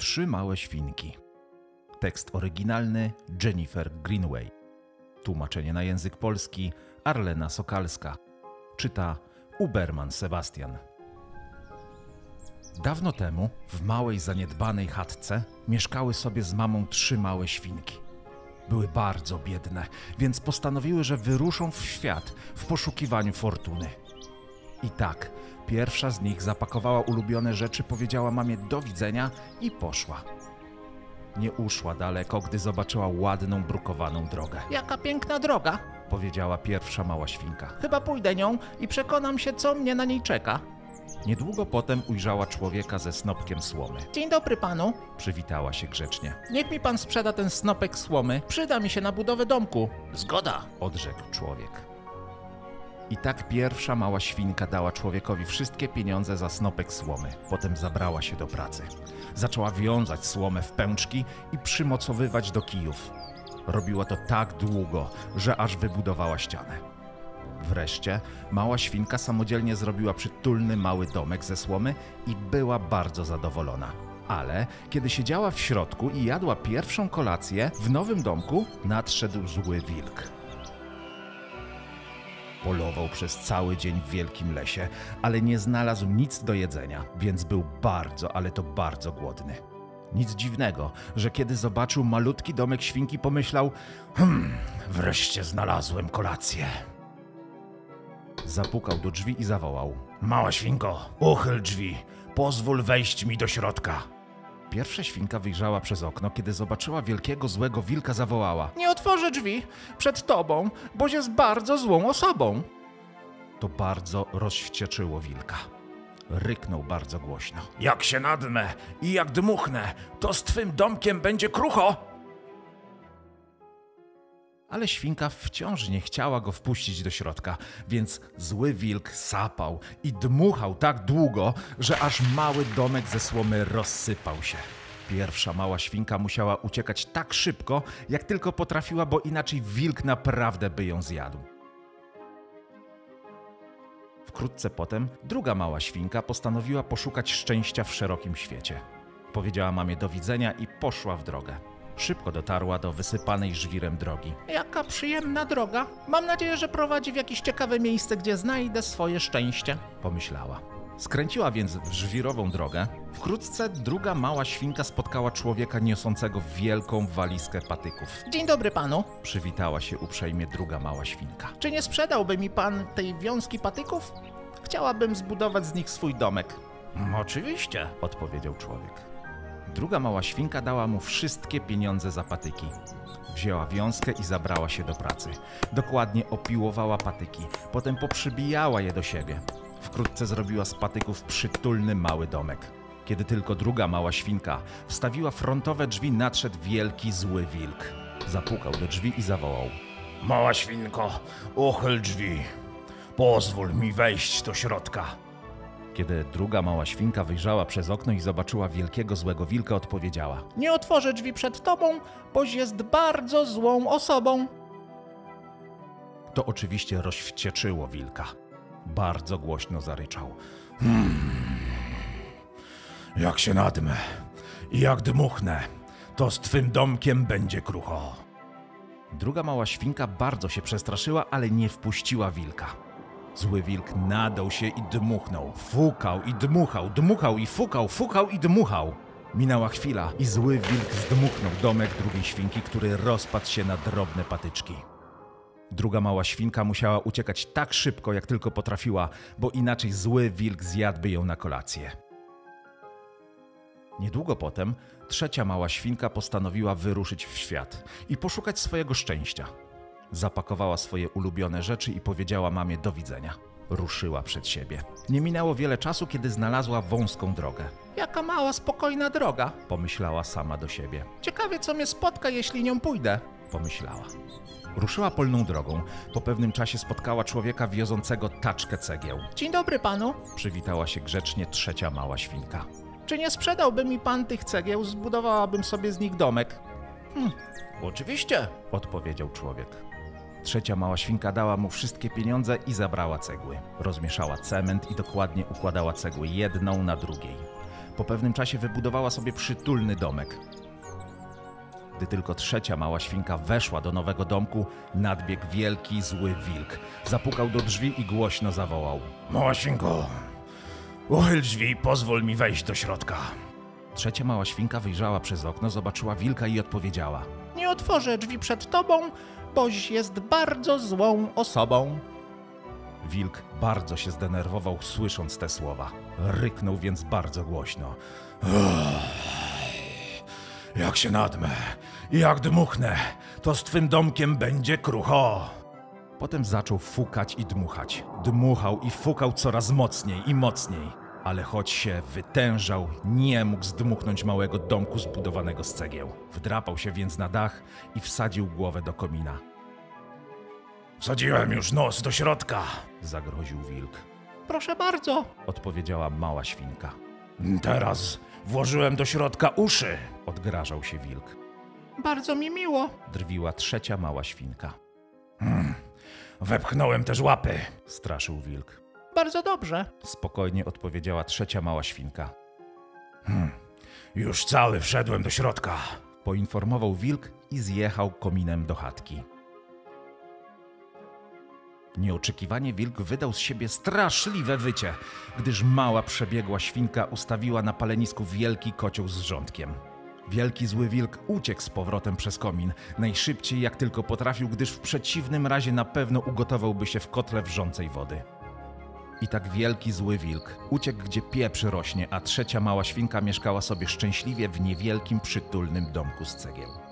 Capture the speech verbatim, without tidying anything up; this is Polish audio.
Trzy małe świnki. Tekst oryginalny Jennifer Greenway. Tłumaczenie na język polski Arlena Sokalska. Czyta Uberman Sebastian. Dawno temu w małej, zaniedbanej chatce mieszkały sobie z mamą trzy małe świnki. Były bardzo biedne, więc postanowiły, że wyruszą w świat w poszukiwaniu fortuny. I tak, pierwsza z nich zapakowała ulubione rzeczy, powiedziała mamie do widzenia i poszła. Nie uszła daleko, gdy zobaczyła ładną, brukowaną drogę. Jaka piękna droga, Powiedziała pierwsza mała świnka. chyba pójdę nią i przekonam się, co mnie na niej czeka. Niedługo potem ujrzała człowieka ze snopkiem słomy. Dzień dobry panu, Przywitała się grzecznie. niech mi pan sprzeda ten snopek słomy, przyda mi się na budowę domku. Zgoda. Odrzekł człowiek. I tak pierwsza mała świnka dała człowiekowi wszystkie pieniądze za snopek słomy. Potem zabrała się do pracy. Zaczęła wiązać słomę w pęczki i przymocowywać do kijów. Robiła to tak długo, że aż wybudowała ścianę. Wreszcie mała świnka samodzielnie zrobiła przytulny mały domek ze słomy i była bardzo zadowolona. Ale kiedy siedziała w środku i jadła pierwszą kolację, w nowym domku nadszedł zły wilk. Polował przez cały dzień w wielkim lesie, ale nie znalazł nic do jedzenia, więc był bardzo, ale to bardzo głodny. Nic dziwnego, że kiedy zobaczył malutki domek świnki, pomyślał: Hmm, wreszcie znalazłem kolację. Zapukał do drzwi i zawołał: Mała świnko, uchyl drzwi, pozwól wejść mi do środka. Pierwsza świnka wyjrzała przez okno, kiedy zobaczyła wielkiego złego wilka, zawołała: Nie otworzę drzwi przed tobą, boś jest bardzo złą osobą. To bardzo rozwścieczyło wilka. Ryknął bardzo głośno: Jak się nadmę i jak dmuchnę, to z twym domkiem będzie krucho! Ale świnka wciąż nie chciała go wpuścić do środka, więc zły wilk sapał i dmuchał tak długo, że aż mały domek ze słomy rozsypał się. Pierwsza mała świnka musiała uciekać tak szybko, jak tylko potrafiła, bo inaczej wilk naprawdę by ją zjadł. Wkrótce potem druga mała świnka postanowiła poszukać szczęścia w szerokim świecie. Powiedziała mamie do widzenia i poszła w drogę. Szybko dotarła do wysypanej żwirem drogi. Jaka przyjemna droga. Mam nadzieję, że prowadzi w jakieś ciekawe miejsce, gdzie znajdę swoje szczęście. Pomyślała. Skręciła więc w żwirową drogę. Wkrótce druga mała świnka spotkała człowieka niosącego wielką walizkę patyków. Dzień dobry panu. Przywitała się uprzejmie druga mała świnka. Czy nie sprzedałby mi pan tej wiązki patyków? Chciałabym zbudować z nich swój domek. Oczywiście. Odpowiedział człowiek. Druga mała świnka dała mu wszystkie pieniądze za patyki. Wzięła wiązkę i zabrała się do pracy. Dokładnie opiłowała patyki, potem poprzybijała je do siebie. Wkrótce zrobiła z patyków przytulny mały domek. Kiedy tylko druga mała świnka wstawiła frontowe drzwi, nadszedł wielki zły wilk. Zapukał do drzwi i zawołał: Mała świnko, uchyl drzwi, pozwól mi wejść do środka. Kiedy druga mała świnka wyjrzała przez okno i zobaczyła wielkiego złego wilka, odpowiedziała: Nie otworzę drzwi przed tobą, boś jest bardzo złą osobą. To oczywiście rozwścieczyło wilka. Bardzo głośno zaryczał: Hmm, Jak się nadmę i jak dmuchnę, to z twym domkiem będzie krucho. Druga mała świnka bardzo się przestraszyła, ale nie wpuściła wilka. Zły wilk nadął się i dmuchnął. Fukał i dmuchał, dmuchał i fukał, fukał i dmuchał. Minęła chwila i zły wilk zdmuchnął domek drugiej świnki, który rozpadł się na drobne patyczki. Druga mała świnka musiała uciekać tak szybko, jak tylko potrafiła, bo inaczej zły wilk zjadłby ją na kolację. Niedługo potem trzecia mała świnka postanowiła wyruszyć w świat i poszukać swojego szczęścia. Zapakowała swoje ulubione rzeczy i powiedziała mamie do widzenia. Ruszyła przed siebie. Nie minęło wiele czasu, kiedy znalazła wąską drogę. Jaka mała, spokojna droga. Pomyślała sama do siebie. Ciekawie, co mnie spotka, jeśli nią pójdę. Pomyślała. Ruszyła polną drogą. Po pewnym czasie spotkała człowieka wiozącego taczkę cegieł. Dzień dobry panu. Przywitała się grzecznie trzecia mała świnka. Czy nie sprzedałby mi pan tych cegieł? Zbudowałabym sobie z nich domek. Hmm, oczywiście. Odpowiedział człowiek. Trzecia mała świnka dała mu wszystkie pieniądze i zabrała cegły. Rozmieszała cement i dokładnie układała cegły jedną na drugiej. Po pewnym czasie wybudowała sobie przytulny domek. Gdy tylko trzecia mała świnka weszła do nowego domku, nadbiegł wielki, zły wilk. Zapukał do drzwi i głośno zawołał. Mała świnko, uchyl drzwi i pozwól mi wejść do środka. Trzecia mała świnka wyjrzała przez okno, zobaczyła wilka i odpowiedziała. Nie otworzę drzwi przed tobą, boś jest bardzo złą osobą. Wilk bardzo się zdenerwował, słysząc te słowa. Ryknął więc bardzo głośno. Jak się nadmę i jak dmuchnę, to z twym domkiem będzie krucho. Potem zaczął fukać i dmuchać. Dmuchał i fukał coraz mocniej i mocniej. Ale choć się wytężał, nie mógł zdmuchnąć małego domku zbudowanego z cegieł. Wdrapał się więc na dach i wsadził głowę do komina. Wsadziłem już nos do środka, Zagroził wilk. Proszę bardzo. Odpowiedziała mała świnka. Teraz włożyłem do środka uszy. Odgrażał się wilk. Bardzo mi miło. Drwiła trzecia mała świnka. Wepchnąłem też łapy. Straszył wilk. Bardzo dobrze. Spokojnie odpowiedziała trzecia mała świnka. Już cały wszedłem do środka. Poinformował wilk i zjechał kominem do chatki. Nieoczekiwanie wilk wydał z siebie straszliwe wycie, gdyż mała przebiegła świnka ustawiła na palenisku wielki kocioł z wrzątkiem. Wielki zły wilk uciekł z powrotem przez komin, najszybciej jak tylko potrafił, gdyż w przeciwnym razie na pewno ugotowałby się w kotle wrzącej wody. I tak wielki zły wilk uciekł, gdzie pieprz rośnie, a trzecia mała świnka mieszkała sobie szczęśliwie w niewielkim, przytulnym domku z cegieł.